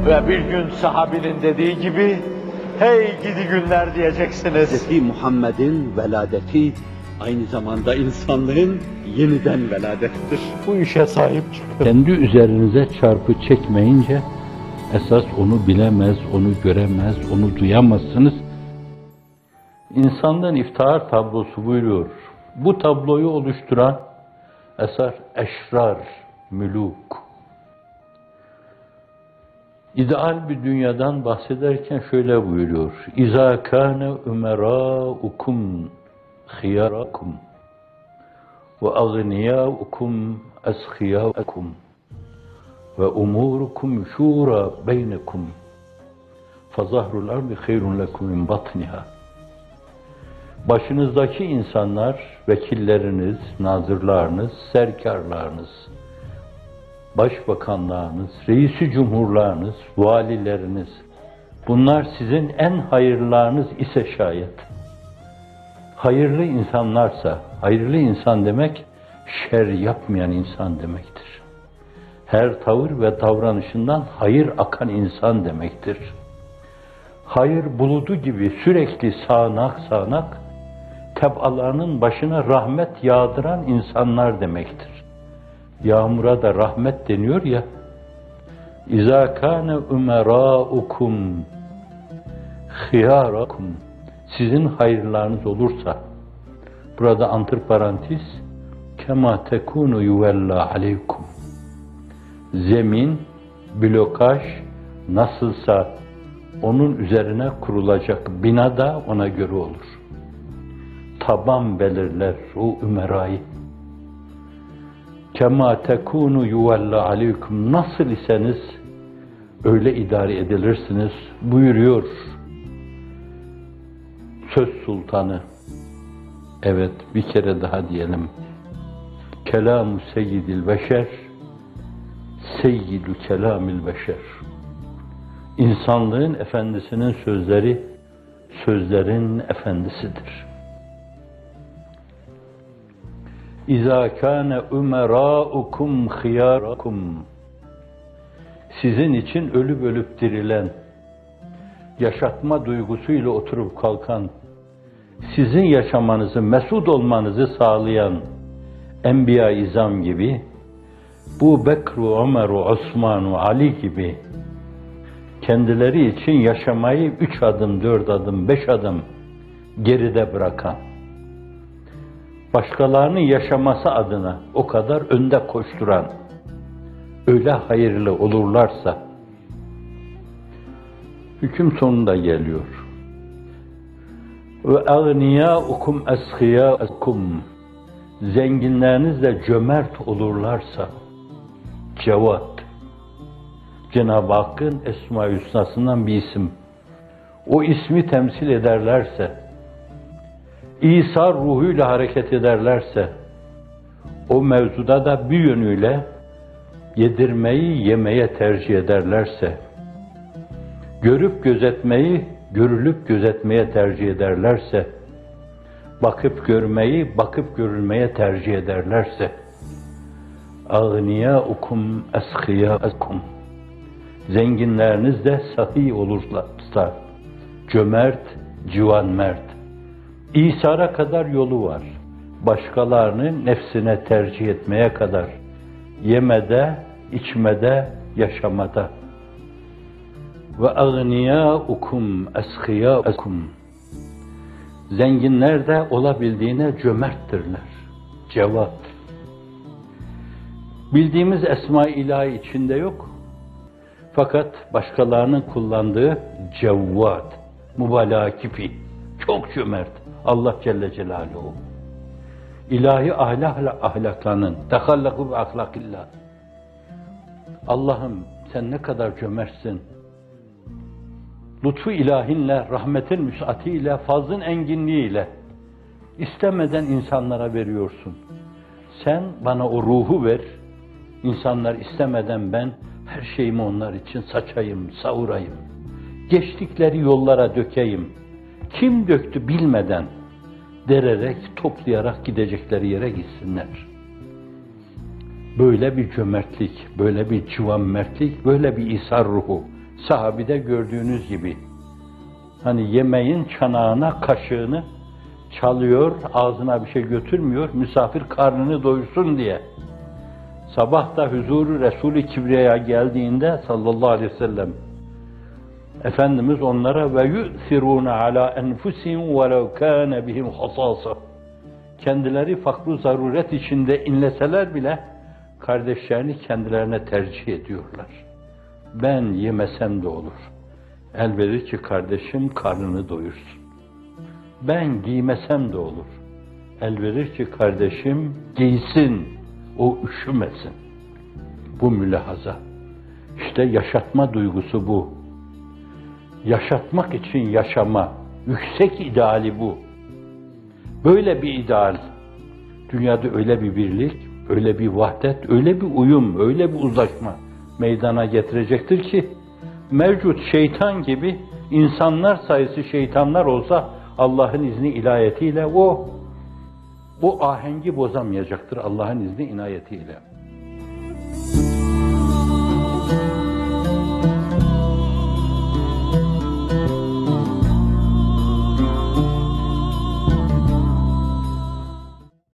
Ve bir gün sahabinin dediği gibi, hey gidi günler diyeceksiniz. Hz. Muhammed'in veladeti aynı zamanda insanlığın yeniden veladettir. Bu işe sahip çıkın. Kendi üzerinize çarpı çekmeyince, esas onu bilemez, onu göremez, onu duyamazsınız. İnsandan iftihar tablosu buyuruyor. Bu tabloyu oluşturan esas eşrar, müluk. İdeal bir dünyadan bahsederken şöyle buyuruyor. İzâ kâne umerâukum khiyârakum ve agniyâukum eshkhiyâukum ve umûrukum şûrâ beynekum fezahrul ardi hayrun lekum min batniha. Başınızdaki insanlar, vekilleriniz, nazırlarınız, serkarlarınız, başbakanlarınız, reisi cumhurlarınız, valileriniz, bunlar sizin en hayırlarınız ise şayet, hayırlı insanlarsa, hayırlı insan demek, şer yapmayan insan demektir. Her tavır ve davranışından hayır akan insan demektir. Hayır buludu gibi sürekli sağanak sağanak, tebalarının başına rahmet yağdıran insanlar demektir. Yağmura da rahmet deniyor ya. İzâ kâne umerâukum khiyârakum. Sizin hayırlarınız olursa, burada antiparantez, kemâ tekûnü yuvellâ aleykum. Zemin, blokaj nasılsa onun üzerine kurulacak bina da ona göre olur. Taban belirler o ümerayı. Kema tekunu yuvella aleykum, nasıl iseniz öyle idare edilirsiniz buyuruyor söz sultanı. Evet, bir kere daha diyelim. Kelamu seyyidil beşer, seyyidü kelamil beşer. İnsanlığın efendisinin sözleri, sözlerin efendisidir. İzâ kâne umerâukum khiyârakum. Sizin için ölüp ölüp dirilen, yaşatma duygusuyla oturup kalkan, sizin yaşamanızı, mesut olmanızı sağlayan Enbiya-i İzam gibi, bu Bekru, Ömer'u, Osman'u, Ali gibi kendileri için yaşamayı 3 adım, 4 adım, 5 adım geride bırakan, başkalarının yaşaması adına o kadar önde koşturan, öyle hayırlı olurlarsa, hüküm sonunda geliyor. Ve agniyâukum eshkhiyâukum. Zenginleriniz de cömert olurlarsa, Cevat, Cenab-ı Hakk'ın Esma-i Hüsna'sından bir isim. O ismi temsil ederlerse, İsa ruhuyla hareket ederlerse, o mevzuda da bir yönüyle yedirmeyi yemeye tercih ederlerse, görüp gözetmeyi görülüp gözetmeye tercih ederlerse, bakıp görmeyi bakıp görülmeye tercih ederlerse, agniyâukum eshkhiyâukum. Zenginleriniz de sahi olursa, cömert, civanmert. İsa'ya kadar yolu var. Başkalarını nefsine tercih etmeye kadar. Yemede, içmede, yaşamada. Ve agniyâukum eshkhiyâukum. Zenginler de olabildiğine cömerttirler. Cevat. Bildiğimiz Esma-i İlahi içinde yok. Fakat başkalarının kullandığı Cevvat, mübalağa kipi, çok cömert. Allah Celle Celaluhu. İlahi ahlakla ahlaklanın. Tehallakû bi ahlakillah. Allah'ım sen ne kadar cömertsin. Lütfu ilahinle, rahmetin müsaatiyle, fazlın enginliğiyle istemeden insanlara veriyorsun. Sen bana o ruhu ver. İnsanlar istemeden ben her şeyimi onlar için saçayım, savurayım. Geçtikleri yollara dökeyim. Kim döktü bilmeden, dererek, toplayarak gidecekleri yere gitsinler. Böyle bir cömertlik, böyle bir civanmertlik, böyle bir İsa ruhu Sahabide gördüğünüz gibi, hani yemeğin çanağına kaşığını çalıyor, ağzına bir şey götürmüyor, misafir karnını doyursun diye. Sabah da huzuru Resul-i Kibriya'ya geldiğinde sallallahu aleyhi ve sellem, Efendimiz onlara ve yu'thirûne alâ enfusihim velev kâne bihim hasâsa. Kendileri fakru zaruret içinde inleseler bile kardeşlerini kendilerine tercih ediyorlar. Ben yemesem de olur. El verir ki kardeşim karnını doyursun. Ben giymesem de olur. El verir ki kardeşim giysin, o üşümesin. Bu mülahaza. İşte yaşatma duygusu bu. Yaşatmak için yaşama, yüksek ideali bu. Böyle bir ideal, dünyada öyle bir birlik, öyle bir vahdet, öyle bir uyum, öyle bir uzlaşma meydana getirecektir ki, mevcut şeytan gibi insanlar sayısı şeytanlar olsa Allah'ın izni inayetiyle o ahengi bozamayacaktır Allah'ın izni inayetiyle.